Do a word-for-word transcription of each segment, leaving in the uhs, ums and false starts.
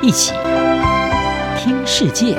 一起听世界。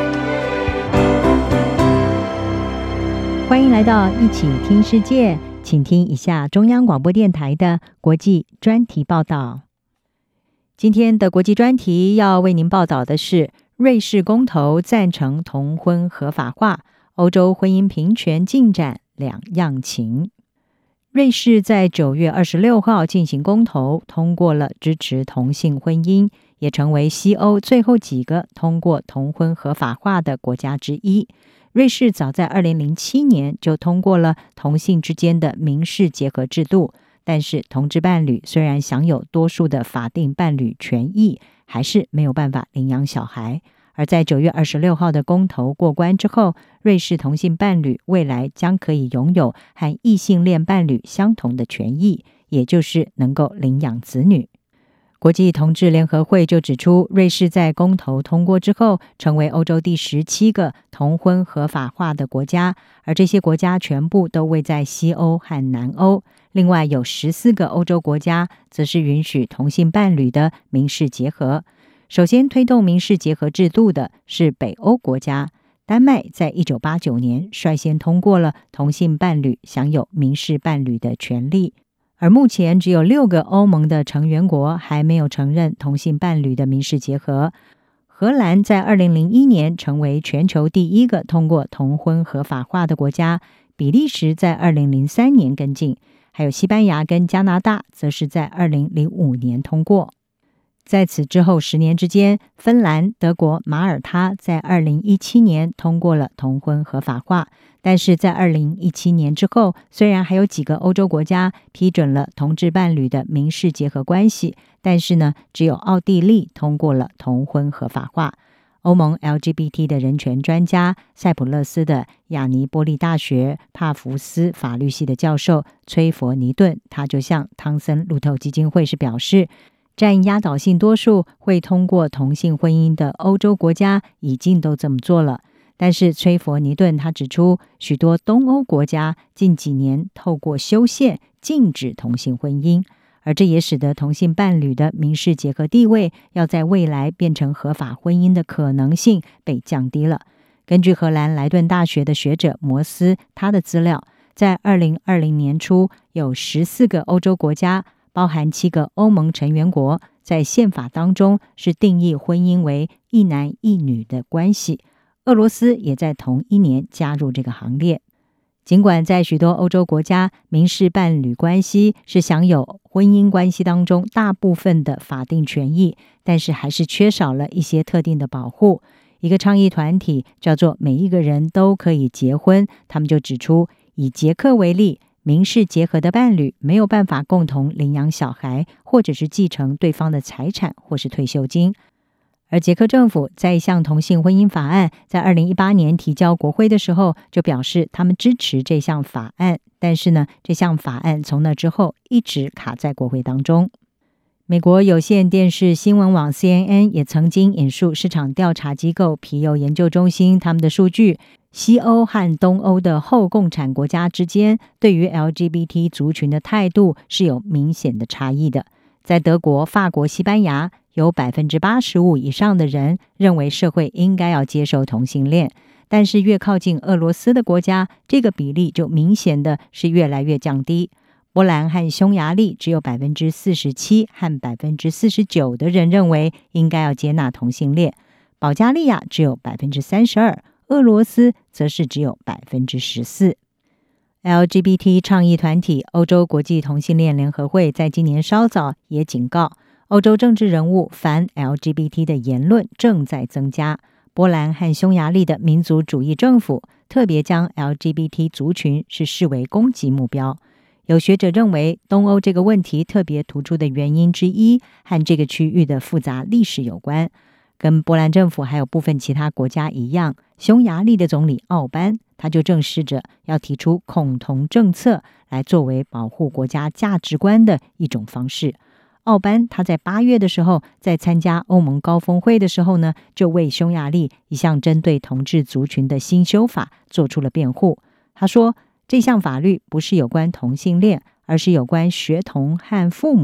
欢迎来到一起听世界，请听一下中央广播电台的国际专题报道。今天的国际专题要为您报道的是瑞士公投赞成同婚合法化，欧洲婚姻平权进展两样情。瑞士在九月二十六号进行公投，通过了支持同性婚姻，也成为西欧最后几个通过同婚合法化的国家之一。瑞士早在二零零七年就通过了同性之间的民事结合制度，但是同志伴侣虽然享有多数的法定伴侣权益，还是没有办法领养小孩。而在九月二十六号的公投过关之后，瑞士同性伴侣未来将可以拥有和异性恋伴侣相同的权益，也就是能够领养子女。国际同志联合会就指出，瑞士在公投通过之后，成为欧洲第十七个同婚合法化的国家，而这些国家全部都位在西欧和南欧。另外有十四个欧洲国家则是允许同性伴侣的民事结合。首先推动民事结合制度的是北欧国家，丹麦在一九八九年率先通过了同性伴侣享有民事伴侣的权利。而目前只有六个欧盟的成员国还没有承认同性伴侣的民事结合。荷兰在二零零一年成为全球第一个通过同婚合法化的国家，比利时在二零零三年跟进，还有西班牙跟加拿大则是在二零零五年通过。在此之后十年之间，芬兰、德国、马耳他在二零一七年通过了同婚合法化，但是在二零一七年之后，虽然还有几个欧洲国家批准了同志伴侣的民事结合关系，但是呢，只有奥地利通过了同婚合法化。欧盟 L G B T 的人权专家，塞浦路斯的亚尼波利大学帕福斯法律系的教授崔佛尼顿，他就向汤森路透基金会是表示，占压倒性多数会通过同性婚姻的欧洲国家已经都这么做了。但是崔佛尼顿他指出，许多东欧国家近几年透过修宪禁止同性婚姻，而这也使得同性伴侣的民事结合地位要在未来变成合法婚姻的可能性被降低了。根据荷兰莱顿大学的学者摩斯他的资料，在二零二零年初，有十四个欧洲国家包含七个欧盟成员国，在宪法当中是定义婚姻为一男一女的关系。俄罗斯也在同一年加入这个行列。尽管在许多欧洲国家，民事伴侣关系是享有婚姻关系当中大部分的法定权益，但是还是缺少了一些特定的保护。一个倡议团体叫做每一个人都可以结婚，他们就指出，以捷克为例，民事结合的伴侣没有办法共同领养小孩，或者是继承对方的财产或是退休金。而捷克政府在一项同性婚姻法案在二零一八年提交国会的时候，就表示他们支持这项法案，但是呢，这项法案从那之后一直卡在国会当中。美国有线电视新闻网 C N N 也曾经引述市场调查机构皮尤研究中心他们的数据，西欧和东欧的后共产国家之间对于 L G B T 族群的态度是有明显的差异的。在德国、法国、西班牙，有 百分之八十五 以上的人认为社会应该要接受同性恋，但是越靠近俄罗斯的国家，这个比例就明显的是越来越降低。波兰和匈牙利只有 百分之四十七 和 百分之四十九 的人认为应该要接纳同性恋，保加利亚只有 百分之三十二， 俄罗斯则是只有 百分之十四。L G B T 倡议团体欧洲国际同性恋联合会在今年稍早也警告，欧洲政治人物反 L G B T 的言论正在增加。波兰和匈牙利的民族主义政府特别将 L G B T 族群是视为攻击目标。有学者认为，东欧这个问题特别突出的原因之一和这个区域的复杂历史有关。跟波兰政府还有部分其他国家一样，匈牙利的总理奥班他就正试着要提出恐同政策来作为保护国家价值观的一种方式。奥班他在八月的时候，在参加欧盟高峰会的时候呢，就为匈牙利一项针对同志族群的新修法做出了辩护。他说，这项法律不是有关同性恋，而是有关学童和父母，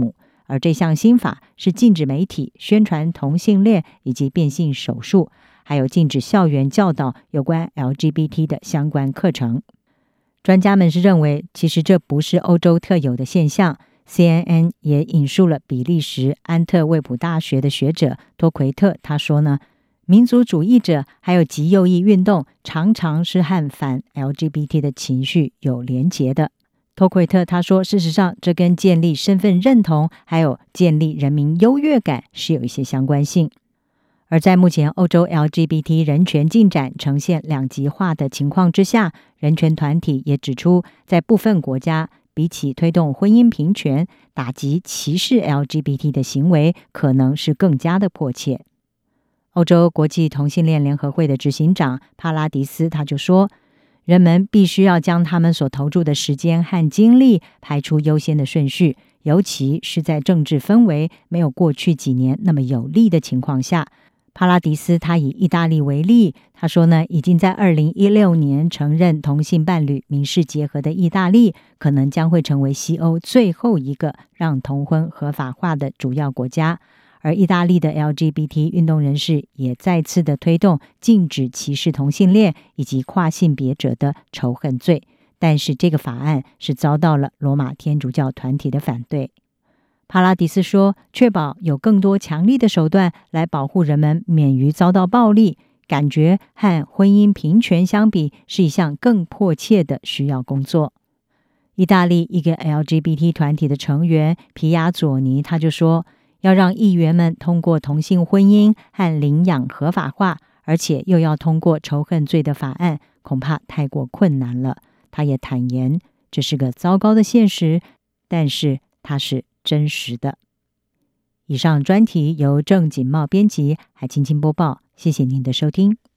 而这项新法是禁止媒体宣传同性恋以及变性手术，还有禁止校园教导有关 L G B T 的相关课程。专家们是认为，其实这不是欧洲特有的现象。C N N 也引述了比利时安特卫普大学的学者托奎特，他说呢，民族主义者还有极右翼运动常常是和反 L G B T 的情绪有连结的。托奎特他说，事实上这跟建立身份认同还有建立人民优越感是有一些相关性。而在目前欧洲 L G B T 人权进展呈现两极化的情况之下，人权团体也指出，在部分国家，比起推动婚姻平权，打击歧视 L G B T 的行为可能是更加的迫切。欧洲国际同性恋联合会的执行长帕拉迪斯他就说，人们必须要将他们所投注的时间和精力排出优先的顺序，尤其是在政治氛围没有过去几年那么有利的情况下。帕拉迪斯他以意大利为例，他说呢，已经在二零一六年承认同性伴侣民事结合的意大利，可能将会成为西欧最后一个让同婚合法化的主要国家。而意大利的 L G B T 运动人士也再次的推动禁止歧视同性恋以及跨性别者的仇恨罪，但是这个法案是遭到了罗马天主教团体的反对。帕拉迪斯说，确保有更多强力的手段来保护人们免于遭到暴力，感觉和婚姻平权相比是一项更迫切的需要工作。意大利一个 L G B T 团体的成员皮亚佐尼他就说，要让议员们通过同性婚姻和领养合法化，而且又要通过仇恨罪的法案，恐怕太过困难了。他也坦言，这是个糟糕的现实，但是它是真实的。以上专题由郑锦茂编辑，海青青播报，谢谢您的收听。